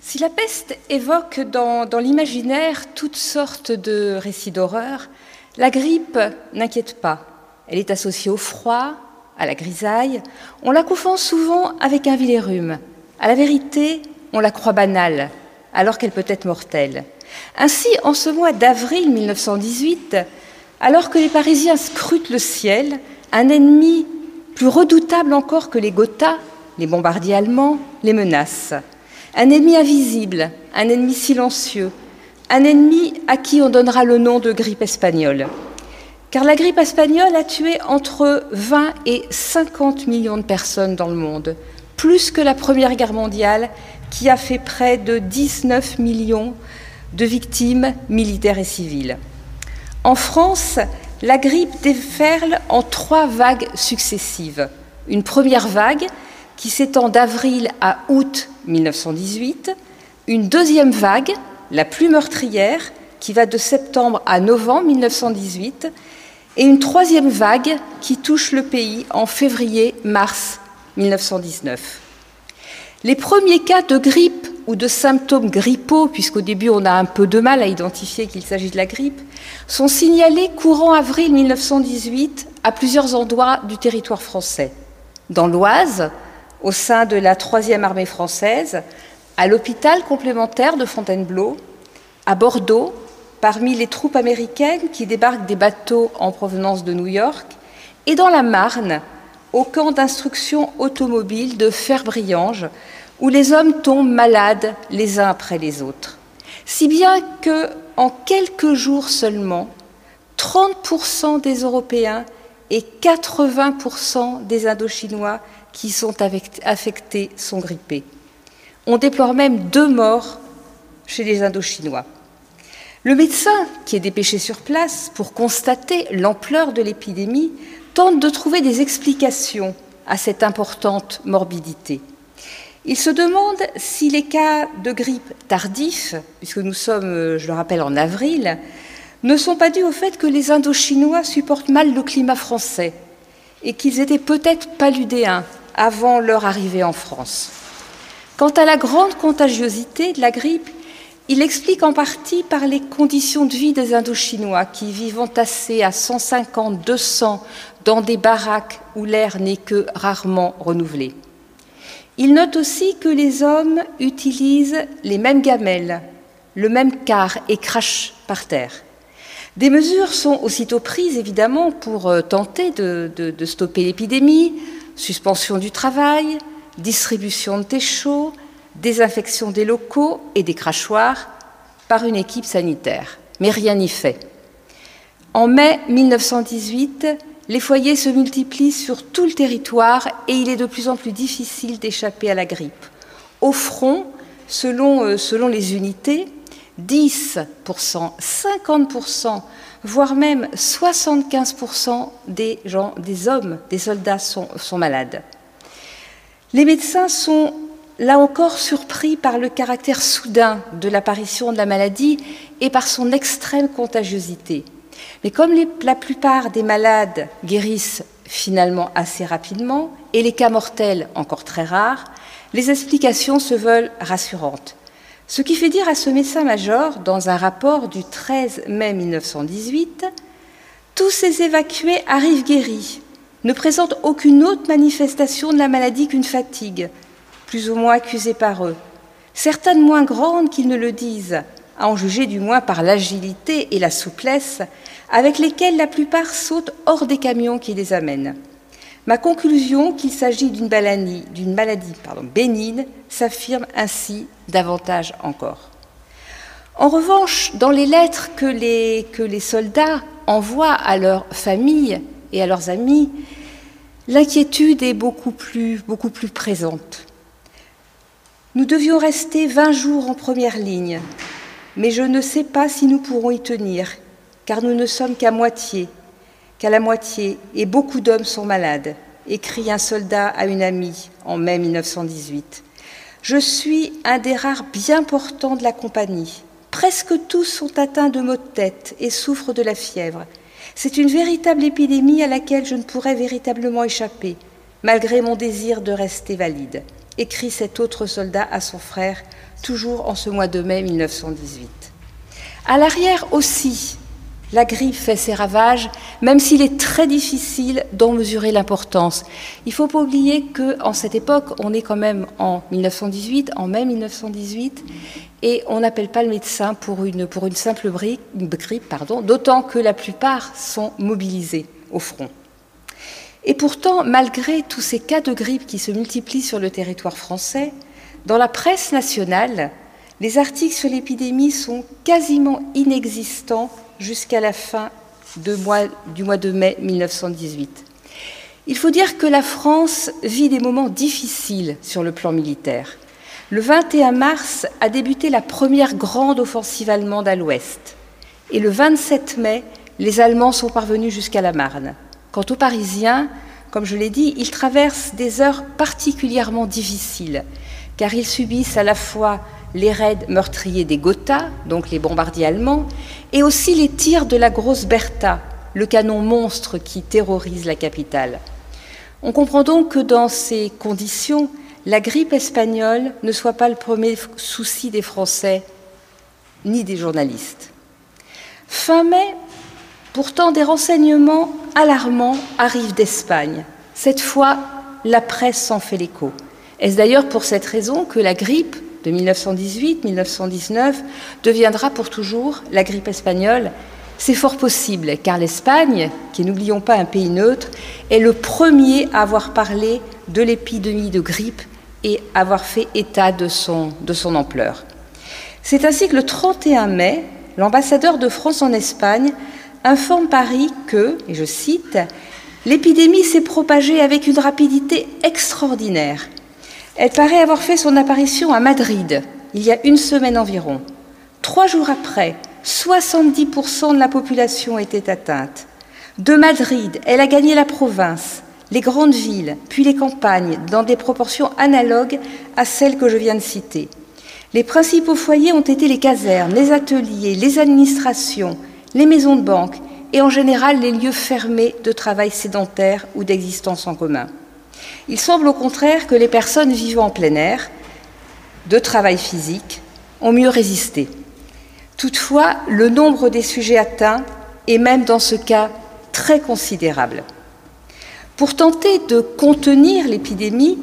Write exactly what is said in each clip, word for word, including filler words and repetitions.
Si la peste évoque dans, dans l'imaginaire toutes sortes de récits d'horreur, la grippe n'inquiète pas. Elle est associée au froid, à la grisaille. On la confond souvent avec un vilain rhume. À la vérité, on la croit banale, alors qu'elle peut être mortelle. Ainsi, en ce mois d'avril mille neuf cent dix-huit, alors que les Parisiens scrutent le ciel, un ennemi plus redoutable encore que les Gotha, les bombardiers allemands, les menace. Un ennemi invisible, un ennemi silencieux, un ennemi à qui on donnera le nom de grippe espagnole. Car la grippe espagnole a tué entre vingt et cinquante millions de personnes dans le monde, plus que la Première Guerre mondiale qui a fait près de dix-neuf millions de victimes militaires et civiles. En France, la grippe déferle en trois vagues successives. Une première vague qui s'étend d'avril à août mille neuf cent dix-huit, une deuxième vague, la plus meurtrière, qui va de septembre à novembre mille neuf cent dix-huit, et une troisième vague qui touche le pays en février-mars mille neuf cent dix-neuf. Les premiers cas de grippe ou de symptômes grippaux, puisqu'au début on a un peu de mal à identifier qu'il s'agit de la grippe, sont signalés courant avril mille neuf cent dix-huit à plusieurs endroits du territoire français. Dans l'Oise, au sein de la troisième armée française, à l'hôpital complémentaire de Fontainebleau, à Bordeaux, parmi les troupes américaines qui débarquent des bateaux en provenance de New York, et dans la Marne, au camp d'instruction automobile de Fer-Briange, où les hommes tombent malades les uns après les autres. Si bien que, en quelques jours seulement, trente pour cent des Européens et quatre-vingts pour cent des Indochinois qui sont affectés sont grippés. On déplore même deux morts chez les Indochinois. Le médecin, qui est dépêché sur place pour constater l'ampleur de l'épidémie, tente de trouver des explications à cette importante morbidité. Il se demande si les cas de grippe tardifs, puisque nous sommes, je le rappelle, en avril, ne sont pas dus au fait que les Indochinois supportent mal le climat français et qu'ils étaient peut-être paludéens avant leur arrivée en France. Quant à la grande contagiosité de la grippe, il explique en partie par les conditions de vie des Indochinois qui vivent entassés à cent cinquante à deux cents dans des baraques où l'air n'est que rarement renouvelé. Il note aussi que les hommes utilisent les mêmes gamelles, le même quart et crachent par terre. Des mesures sont aussitôt prises, évidemment, pour tenter de, de, de stopper l'épidémie, suspension du travail, distribution de thé chaud, désinfection des locaux et des crachoirs par une équipe sanitaire. Mais rien n'y fait. En mai mille neuf cent dix-huit, les foyers se multiplient sur tout le territoire et il est de plus en plus difficile d'échapper à la grippe. Au front, selon, euh, selon les unités, dix pour cent, cinquante pour cent, voire même soixante-quinze pour cent des, gens, des hommes, des soldats sont, sont malades. Les médecins sont là encore surpris par le caractère soudain de l'apparition de la maladie et par son extrême contagiosité. Mais comme les, la plupart des malades guérissent finalement assez rapidement et les cas mortels encore très rares, les explications se veulent rassurantes. Ce qui fait dire à ce médecin-major, dans un rapport du treize mai mille neuf cent dix-huit, « Tous ces évacués arrivent guéris, ne présentent aucune autre manifestation de la maladie qu'une fatigue, plus ou moins accusée par eux, certaines moins grandes qu'ils ne le disent, à en juger du moins par l'agilité et la souplesse avec lesquelles la plupart sautent hors des camions qui les amènent. Ma conclusion qu'il s'agit d'une maladie, d'une maladie pardon, bénigne s'affirme ainsi davantage encore. » En revanche, dans les lettres que les, que les soldats envoient à leurs familles et à leurs amis, l'inquiétude est beaucoup plus, beaucoup plus présente. Nous devions rester vingt jours en première ligne, mais je ne sais pas si nous pourrons y tenir, car nous ne sommes qu'à moitié, qu'à la moitié, et beaucoup d'hommes sont malades, écrit un soldat à une amie en mai mille neuf cent dix-huit. Je suis un des rares bien portants de la compagnie. Presque tous sont atteints de maux de tête et souffrent de la fièvre. C'est une véritable épidémie à laquelle je ne pourrais véritablement échapper, malgré mon désir de rester valide, écrit cet autre soldat à son frère toujours en ce mois de mai mille neuf cent dix-huit. À l'arrière aussi, la grippe fait ses ravages, même s'il est très difficile d'en mesurer l'importance. Il ne faut pas oublier qu'en cette époque, on est quand même en mille neuf cent dix-huit, en mai mille neuf cent dix-huit, et on n'appelle pas le médecin pour une, pour une simple grippe, pardon, d'autant que la plupart sont mobilisés au front. Et pourtant, malgré tous ces cas de grippe qui se multiplient sur le territoire français, dans la presse nationale, les articles sur l'épidémie sont quasiment inexistants jusqu'à la fin de mois, du mois de mai mille neuf cent dix-huit. Il faut dire que la France vit des moments difficiles sur le plan militaire. Le vingt et un mars a débuté la première grande offensive allemande à l'ouest. Et le vingt-sept mai, les Allemands sont parvenus jusqu'à la Marne. Quant aux Parisiens, comme je l'ai dit, ils traversent des heures particulièrement difficiles, car ils subissent à la fois les raids meurtriers des Gotha, donc les bombardiers allemands, et aussi les tirs de la grosse Bertha, le canon monstre qui terrorise la capitale. On comprend donc que dans ces conditions, la grippe espagnole ne soit pas le premier souci des Français ni des journalistes. Fin mai, pourtant, des renseignements alarmants arrivent d'Espagne. Cette fois, la presse s'en fait l'écho. Est-ce d'ailleurs pour cette raison que la grippe de mille neuf cent dix-huit mille neuf cent dix-neuf deviendra pour toujours la grippe espagnole? C'est fort possible, car l'Espagne, qui, n'oublions pas, un pays neutre, est le premier à avoir parlé de l'épidémie de grippe et avoir fait état de son, de son ampleur. C'est ainsi que le trente et un mai, l'ambassadeur de France en Espagne informe Paris que, et je cite, « l'épidémie s'est propagée avec une rapidité extraordinaire. Elle paraît avoir fait son apparition à Madrid, il y a une semaine environ. Trois jours après, soixante-dix pour cent de la population était atteinte. De Madrid, elle a gagné la province, les grandes villes, puis les campagnes, dans des proportions analogues à celles que je viens de citer. Les principaux foyers ont été les casernes, les ateliers, les administrations, les maisons de banque et en général les lieux fermés de travail sédentaire ou d'existence en commun. Il semble au contraire que les personnes vivant en plein air, de travail physique, ont mieux résisté. Toutefois, le nombre des sujets atteints est même dans ce cas très considérable. Pour tenter de contenir l'épidémie,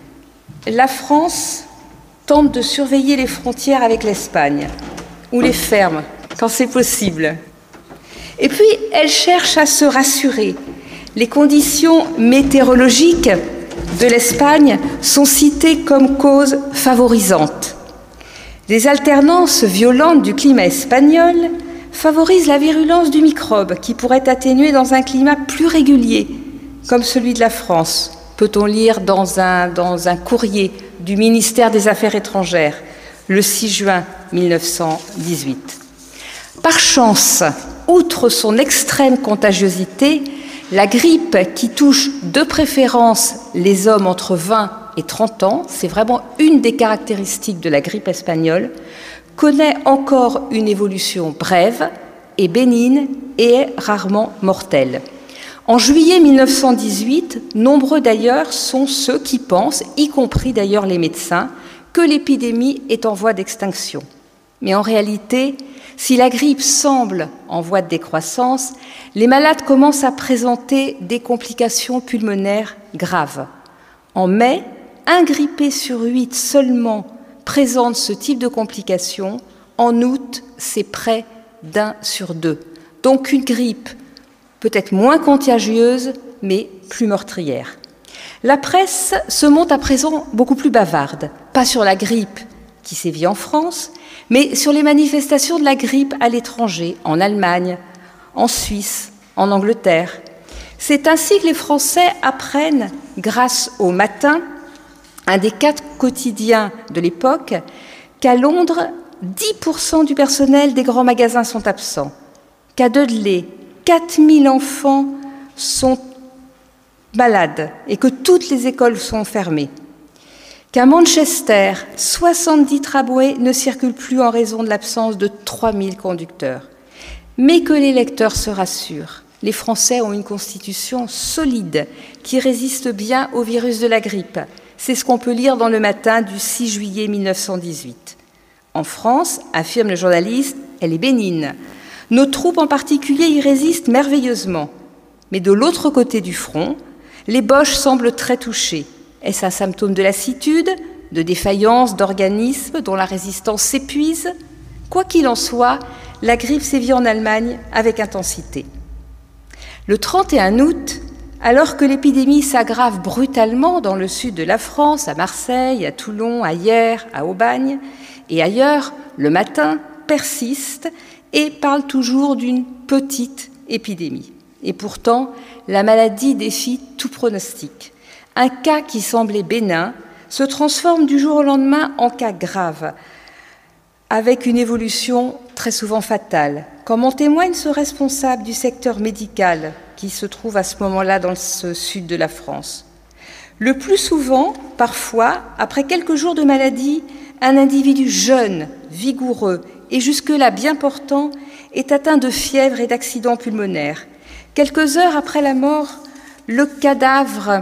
la France tente de surveiller les frontières avec l'Espagne, ou les ferme quand c'est possible. Et puis, elle cherche à se rassurer. Les conditions météorologiques de l'Espagne sont citées comme cause favorisante. Les alternances violentes du climat espagnol favorisent la virulence du microbe qui pourrait atténuer dans un climat plus régulier, comme celui de la France, peut-on lire dans un, dans un courrier du ministère des Affaires étrangères, le six juin mille neuf cent dix-huit. Par chance, outre son extrême contagiosité, la grippe qui touche de préférence les hommes entre vingt et trente ans, c'est vraiment une des caractéristiques de la grippe espagnole, connaît encore une évolution brève et bénigne et est rarement mortelle. En juillet mille neuf cent dix-huit, nombreux d'ailleurs sont ceux qui pensent, y compris d'ailleurs les médecins, que l'épidémie est en voie d'extinction. Mais en réalité, si la grippe semble en voie de décroissance, les malades commencent à présenter des complications pulmonaires graves. En mai, un grippé sur huit seulement présente ce type de complications. En août, c'est près d'un sur deux. Donc une grippe peut-être moins contagieuse, mais plus meurtrière. La presse se montre à présent beaucoup plus bavarde, pas sur la grippe qui sévit en France, mais sur les manifestations de la grippe à l'étranger, en Allemagne, en Suisse, en Angleterre. C'est ainsi que les Français apprennent, grâce au Matin, un des quatre quotidiens de l'époque, qu'à Londres, dix pour cent du personnel des grands magasins sont absents, qu'à Dudley, quatre mille enfants sont malades et que toutes les écoles sont fermées. Qu'à Manchester, soixante-dix tramways ne circulent plus en raison de l'absence de trois mille conducteurs. Mais que les lecteurs se rassurent, les Français ont une constitution solide qui résiste bien au virus de la grippe. C'est ce qu'on peut lire dans le Matin du six juillet mille neuf cent dix-huit. En France, affirme le journaliste, elle est bénigne. Nos troupes en particulier y résistent merveilleusement. Mais de l'autre côté du front, les Boches semblent très touchés. Est-ce un symptôme de lassitude, de défaillance d'organismes dont la résistance s'épuise? Quoi qu'il en soit, la grippe sévit en Allemagne avec intensité. Le trente et un août, alors que l'épidémie s'aggrave brutalement dans le sud de la France, à Marseille, à Toulon, à Hyères, à Aubagne et ailleurs, le matin persiste et parle toujours d'une petite épidémie. Et pourtant, la maladie défie tout pronostic. Un cas qui semblait bénin se transforme du jour au lendemain en cas grave, avec une évolution très souvent fatale, comme en témoigne ce responsable du secteur médical qui se trouve à ce moment-là dans le sud de la France. Le plus souvent, parfois, après quelques jours de maladie, un individu jeune, vigoureux et jusque-là bien portant est atteint de fièvre et d'accidents pulmonaires. Quelques heures après la mort, le cadavre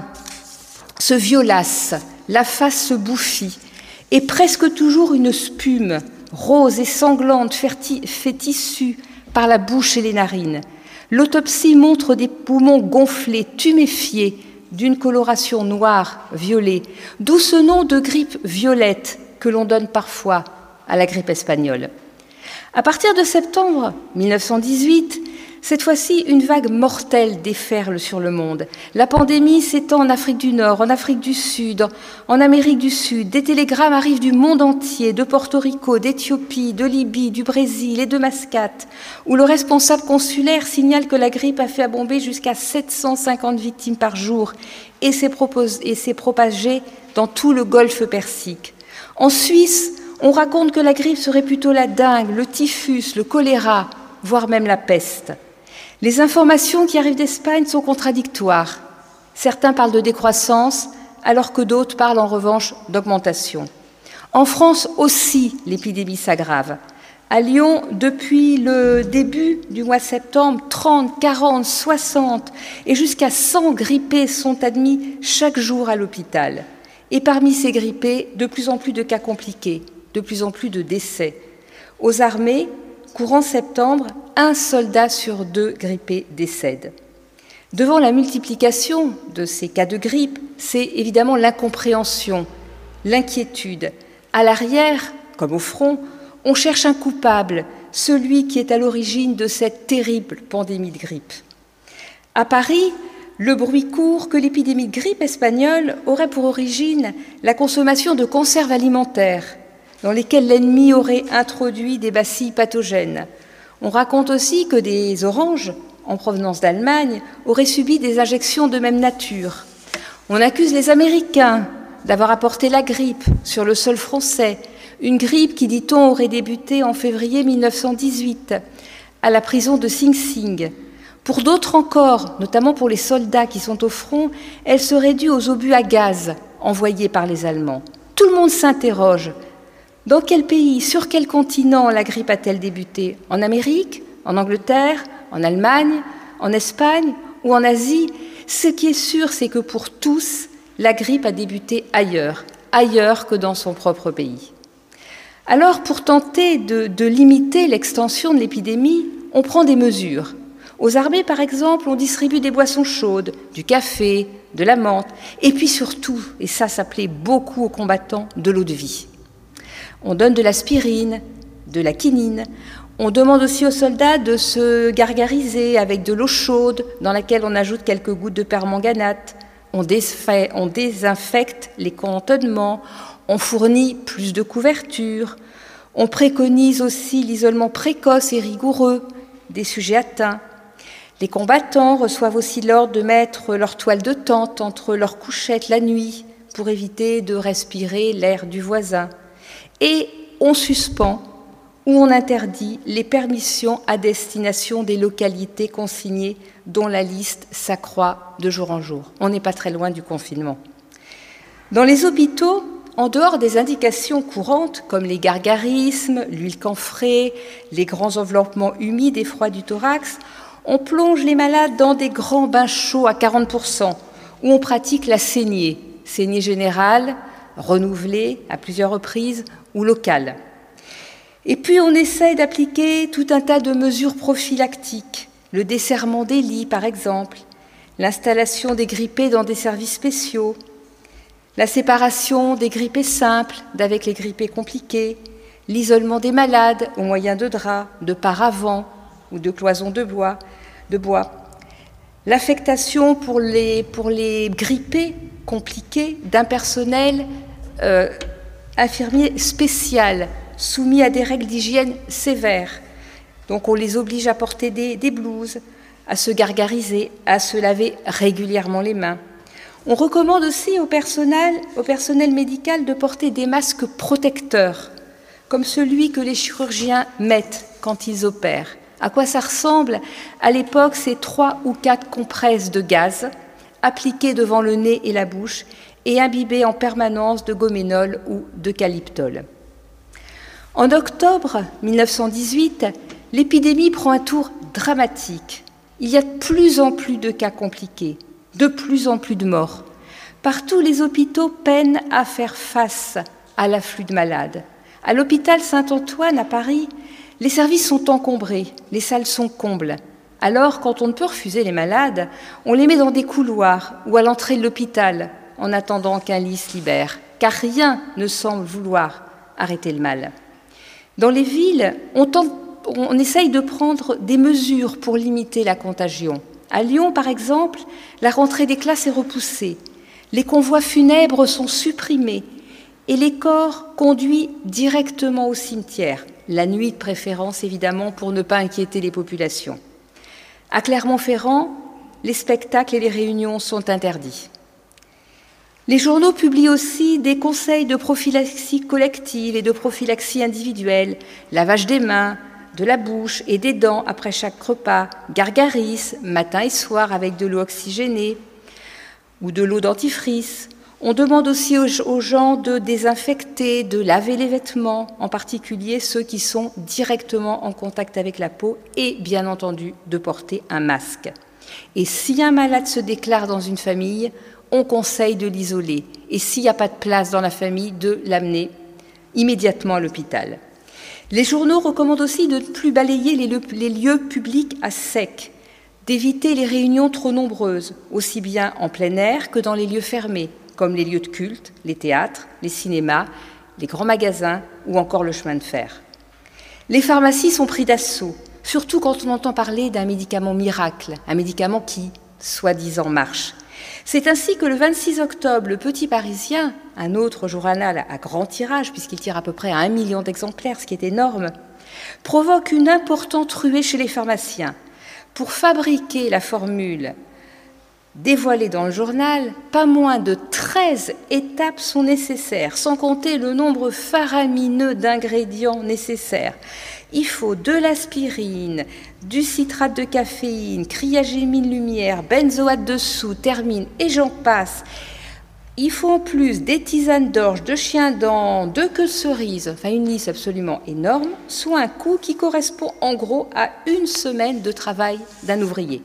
se violace, la face se bouffit, et presque toujours une spume rose et sanglante fait issue par la bouche et les narines. L'autopsie montre des poumons gonflés, tuméfiés, d'une coloration noire, violet, d'où ce nom de grippe violette que l'on donne parfois à la grippe espagnole. À partir de septembre mille neuf cent dix-huit, cette fois-ci, une vague mortelle déferle sur le monde. La pandémie s'étend en Afrique du Nord, en Afrique du Sud, en Amérique du Sud. Des télégrammes arrivent du monde entier, de Porto Rico, d'Éthiopie, de Libye, du Brésil et de Mascate, où le responsable consulaire signale que la grippe a fait abomber jusqu'à sept cent cinquante victimes par jour et s'est propagée dans tout le golfe Persique. En Suisse, on raconte que la grippe serait plutôt la dengue, le typhus, le choléra, voire même la peste. Les informations qui arrivent d'Espagne sont contradictoires. Certains parlent de décroissance, alors que d'autres parlent en revanche d'augmentation. En France aussi, l'épidémie s'aggrave. À Lyon, depuis le début du mois de septembre, trente, quarante, soixante et jusqu'à cent grippés sont admis chaque jour à l'hôpital. Et parmi ces grippés, de plus en plus de cas compliqués, de plus en plus de décès. Aux armées, courant septembre, un soldat sur deux grippés décède. Devant la multiplication de ces cas de grippe, c'est évidemment l'incompréhension, l'inquiétude. À l'arrière, comme au front, on cherche un coupable, celui qui est à l'origine de cette terrible pandémie de grippe. À Paris, le bruit court que l'épidémie de grippe espagnole aurait pour origine la consommation de conserves alimentaires dans lesquelles l'ennemi aurait introduit des bacilles pathogènes. On raconte aussi que des oranges, en provenance d'Allemagne, auraient subi des injections de même nature. On accuse les Américains d'avoir apporté la grippe sur le sol français, une grippe qui, dit-on, aurait débuté en février mille neuf cent dix-huit à la prison de Sing Sing. Pour d'autres encore, notamment pour les soldats qui sont au front, elle serait due aux obus à gaz envoyés par les Allemands. Tout le monde s'interroge. Dans quel pays, sur quel continent la grippe a-t-elle débuté? En Amérique, en Angleterre, en Allemagne, en Espagne ou en Asie? Ce qui est sûr, c'est que pour tous, la grippe a débuté ailleurs, ailleurs que dans son propre pays. Alors, pour tenter de, de limiter l'extension de l'épidémie, on prend des mesures. Aux armées, par exemple, on distribue des boissons chaudes, du café, de la menthe, et puis surtout, et ça, ça plaît beaucoup aux combattants, de l'eau de vie. On donne de l'aspirine, de la quinine. On demande aussi aux soldats de se gargariser avec de l'eau chaude dans laquelle on ajoute quelques gouttes de permanganate. On, défait, on désinfecte les cantonnements. On fournit plus de couvertures. On préconise aussi l'isolement précoce et rigoureux des sujets atteints. Les combattants reçoivent aussi l'ordre de mettre leur toile de tente entre leurs couchettes la nuit pour éviter de respirer l'air du voisin. Et on suspend ou on interdit les permissions à destination des localités consignées dont la liste s'accroît de jour en jour. On n'est pas très loin du confinement. Dans les hôpitaux, en dehors des indications courantes comme les gargarismes, l'huile camphrée, les grands enveloppements humides et froids du thorax, on plonge les malades dans des grands bains chauds à quarante pour cent où on pratique la saignée, saignée générale, renouvelée à plusieurs reprises ou locale. Et puis on essaye d'appliquer tout un tas de mesures prophylactiques, le desserrement des lits par exemple, l'installation des grippés dans des services spéciaux, la séparation des grippés simples d'avec les grippés compliqués, l'isolement des malades au moyen de draps, de paravents ou de cloisons de bois, de bois. L'affectation pour les, pour les grippés compliqués d'un personnel euh, infirmier spécial, soumis à des règles d'hygiène sévères. Donc on les oblige à porter des, des blouses, à se gargariser, à se laver régulièrement les mains. On recommande aussi au personnel, au personnel médical de porter des masques protecteurs, comme celui que les chirurgiens mettent quand ils opèrent. À quoi ça ressemble? À l'époque, c'est trois ou quatre compresses de gaz appliquées devant le nez et la bouche et imbibées en permanence de goménol ou de calyptol. En octobre mille neuf cent dix-huit, l'épidémie prend un tour dramatique. Il y a de plus en plus de cas compliqués, de plus en plus de morts. Partout, les hôpitaux peinent à faire face à l'afflux de malades. À l'hôpital Saint-Antoine à Paris, les services sont encombrés, les salles sont combles. Alors, quand on ne peut refuser les malades, on les met dans des couloirs ou à l'entrée de l'hôpital en attendant qu'un lit se libère, car rien ne semble vouloir arrêter le mal. Dans les villes, on, tente, on essaye de prendre des mesures pour limiter la contagion. À Lyon, par exemple, la rentrée des classes est repoussée, les convois funèbres sont supprimés et les corps conduits directement au cimetière, la nuit de préférence évidemment pour ne pas inquiéter les populations. À Clermont-Ferrand, les spectacles et les réunions sont interdits. Les journaux publient aussi des conseils de prophylaxie collective et de prophylaxie individuelle, lavage des mains, de la bouche et des dents après chaque repas, gargaris, matin et soir avec de l'eau oxygénée ou de l'eau dentifrice. On demande aussi aux gens de désinfecter, de laver les vêtements, en particulier ceux qui sont directement en contact avec la peau et, bien entendu, de porter un masque. Et si un malade se déclare dans une famille, on conseille de l'isoler. Et s'il n'y a pas de place dans la famille, de l'amener immédiatement à l'hôpital. Les journaux recommandent aussi de ne plus balayer les lieux, les lieux publics à sec, d'éviter les réunions trop nombreuses, aussi bien en plein air que dans les lieux fermés, comme les lieux de culte, les théâtres, les cinémas, les grands magasins ou encore le chemin de fer. Les pharmacies sont pris d'assaut, surtout quand on entend parler d'un médicament miracle, un médicament qui, soi-disant, marche. C'est ainsi que le vingt-six octobre, le Petit Parisien, un autre journal à grand tirage, puisqu'il tire à peu près à un million d'exemplaires, ce qui est énorme, provoque une importante ruée chez les pharmaciens. Pour fabriquer la formule dévoilée dans le journal, pas moins de treize étapes sont nécessaires, sans compter le nombre faramineux d'ingrédients nécessaires. Il faut de l'aspirine, du citrate de caféine, criagémine lumière, benzoate de soude, termine, et j'en passe. Il faut en plus des tisanes d'orge, de chien-dent, de queue de cerise, enfin une liste absolument énorme, soit un coût qui correspond en gros à une semaine de travail d'un ouvrier.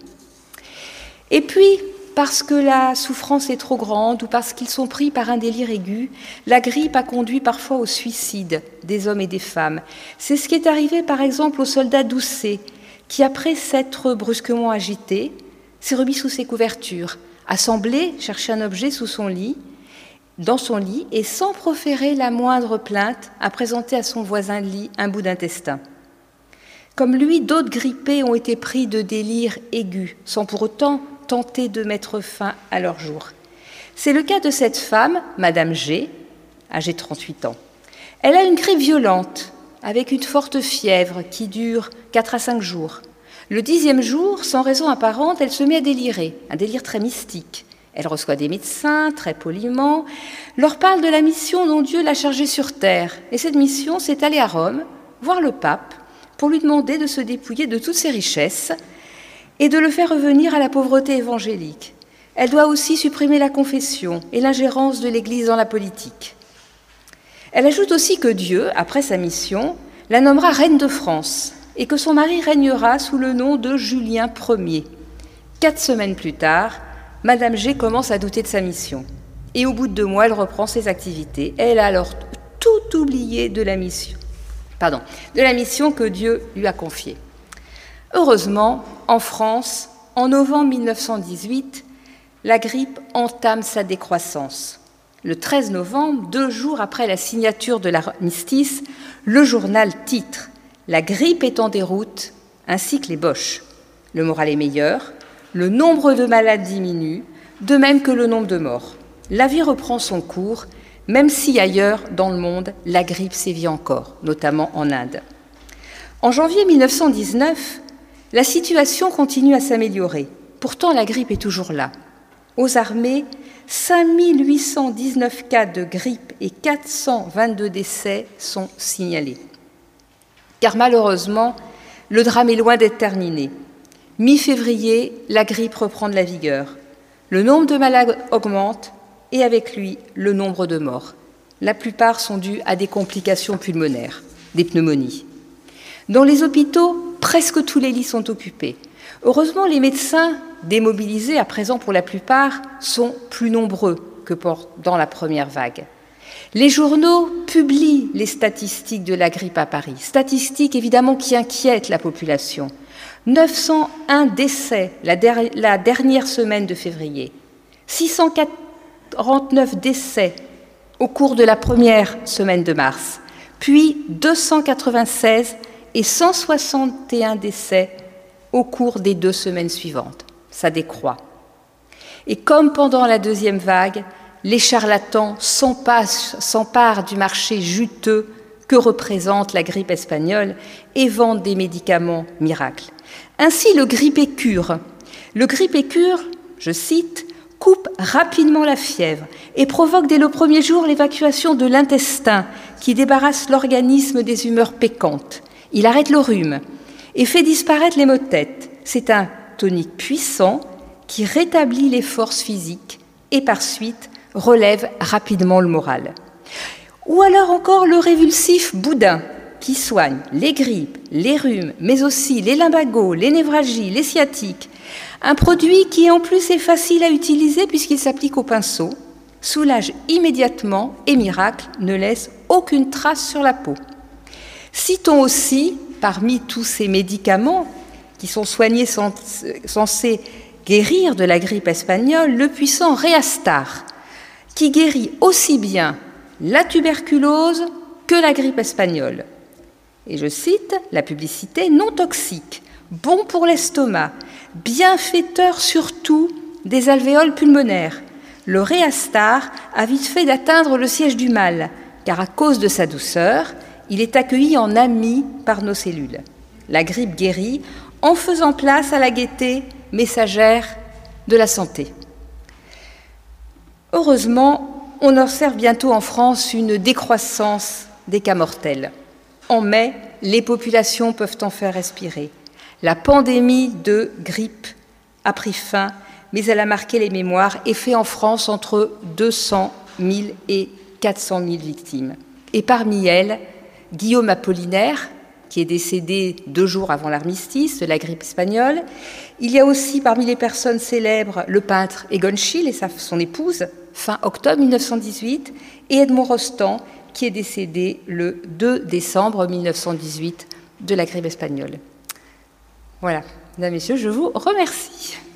Et puis, parce que la souffrance est trop grande ou parce qu'ils sont pris par un délire aigu, la grippe a conduit parfois au suicide des hommes et des femmes. C'est ce qui est arrivé par exemple au soldat Doucet, qui après s'être brusquement agité, s'est remis sous ses couvertures, a semblé chercher un objet sous son lit, dans son lit, et sans proférer la moindre plainte, a présenté à son voisin de lit un bout d'intestin. Comme lui, d'autres grippés ont été pris de délire aigu, sans pour autant tenter de mettre fin à leur jour. C'est le cas de cette femme, Madame G, âgée de trente-huit ans. Elle a une grippe violente, avec une forte fièvre qui dure quatre à cinq jours. Le dixième jour, sans raison apparente, elle se met à délirer, un délire très mystique. Elle reçoit des médecins, très poliment, leur parle de la mission dont Dieu l'a chargée sur terre. Et cette mission, c'est aller à Rome, voir le pape, pour lui demander de se dépouiller de toutes ses richesses et de le faire revenir à la pauvreté évangélique. Elle doit aussi supprimer la confession et l'ingérence de l'Église dans la politique. Elle ajoute aussi que Dieu, après sa mission, la nommera reine de France et que son mari régnera sous le nom de Julien Ier. Quatre semaines plus tard, Madame G commence à douter de sa mission. Et au bout de deux mois, elle reprend ses activités. Elle a alors tout oublié de la mission. pardon, de la mission que Dieu lui a confiée. Heureusement, en France, en novembre mille neuf cent dix-huit, la grippe entame sa décroissance. Le treize novembre, deux jours après la signature de l'armistice, le journal titre « La grippe est en déroute, ainsi que les Boches ». Le moral est meilleur, le nombre de malades diminue, de même que le nombre de morts. La vie reprend son cours, même si ailleurs dans le monde, la grippe sévit encore, notamment en Inde. En janvier mille neuf cent dix-neuf, la situation continue à s'améliorer. Pourtant, la grippe est toujours là. Aux armées, cinq mille huit cent dix-neuf cas de grippe et quatre cent vingt-deux décès sont signalés. Car malheureusement, le drame est loin d'être terminé. Mi-février, la grippe reprend de la vigueur. Le nombre de malades augmente et avec lui, le nombre de morts. La plupart sont dus à des complications pulmonaires, des pneumonies. Dans les hôpitaux, presque tous les lits sont occupés. Heureusement, les médecins, démobilisés à présent pour la plupart, sont plus nombreux que dans la première vague. Les journaux publient les statistiques de la grippe à Paris, statistiques évidemment qui inquiètent la population. neuf cent un décès la, der- la dernière semaine de février, six cent quarante-neuf décès au cours de la première semaine de mars, puis deux cent quatre-vingt-seize et cent soixante et un décès au cours des deux semaines suivantes. Ça décroît. Et comme pendant la deuxième vague, les charlatans s'emparent du marché juteux que représente la grippe espagnole et vendent des médicaments miracles. Ainsi, le grippécure. Le grippécure, je cite, coupe rapidement la fièvre et provoque dès le premier jour l'évacuation de l'intestin qui débarrasse l'organisme des humeurs pécantes. Il arrête le rhume et fait disparaître les maux de tête. C'est un tonique puissant qui rétablit les forces physiques et par suite relève rapidement le moral. Ou alors encore le révulsif boudin qui soigne les grippes, les rhumes, mais aussi les lumbagos, les névralgies, les sciatiques. Un produit qui en plus est facile à utiliser puisqu'il s'applique au pinceau, soulage immédiatement et miracle, ne laisse aucune trace sur la peau. Citons aussi, parmi tous ces médicaments qui sont soignés censés guérir de la grippe espagnole, le puissant Réastar, qui guérit aussi bien la tuberculose que la grippe espagnole. Et je cite la publicité, non toxique, bon pour l'estomac, bienfaiteur surtout des alvéoles pulmonaires. Le Réastar a vite fait d'atteindre le siège du mal, car à cause de sa douceur, il est accueilli en ami par nos cellules. La grippe guérit en faisant place à la gaieté messagère de la santé. Heureusement, on observe bientôt en France une décroissance des cas mortels. En mai, les populations peuvent enfin respirer. La pandémie de grippe a pris fin, mais elle a marqué les mémoires et fait en France entre deux cent mille et quatre cent mille victimes. Et parmi elles, Guillaume Apollinaire, qui est décédé deux jours avant l'armistice de la grippe espagnole. Il y a aussi parmi les personnes célèbres le peintre Egon Schiele et sa, son épouse, fin octobre mille neuf cent dix-huit, et Edmond Rostand, qui est décédé le deux décembre mille neuf cent dix-huit de la grippe espagnole. Voilà, mesdames et messieurs, je vous remercie.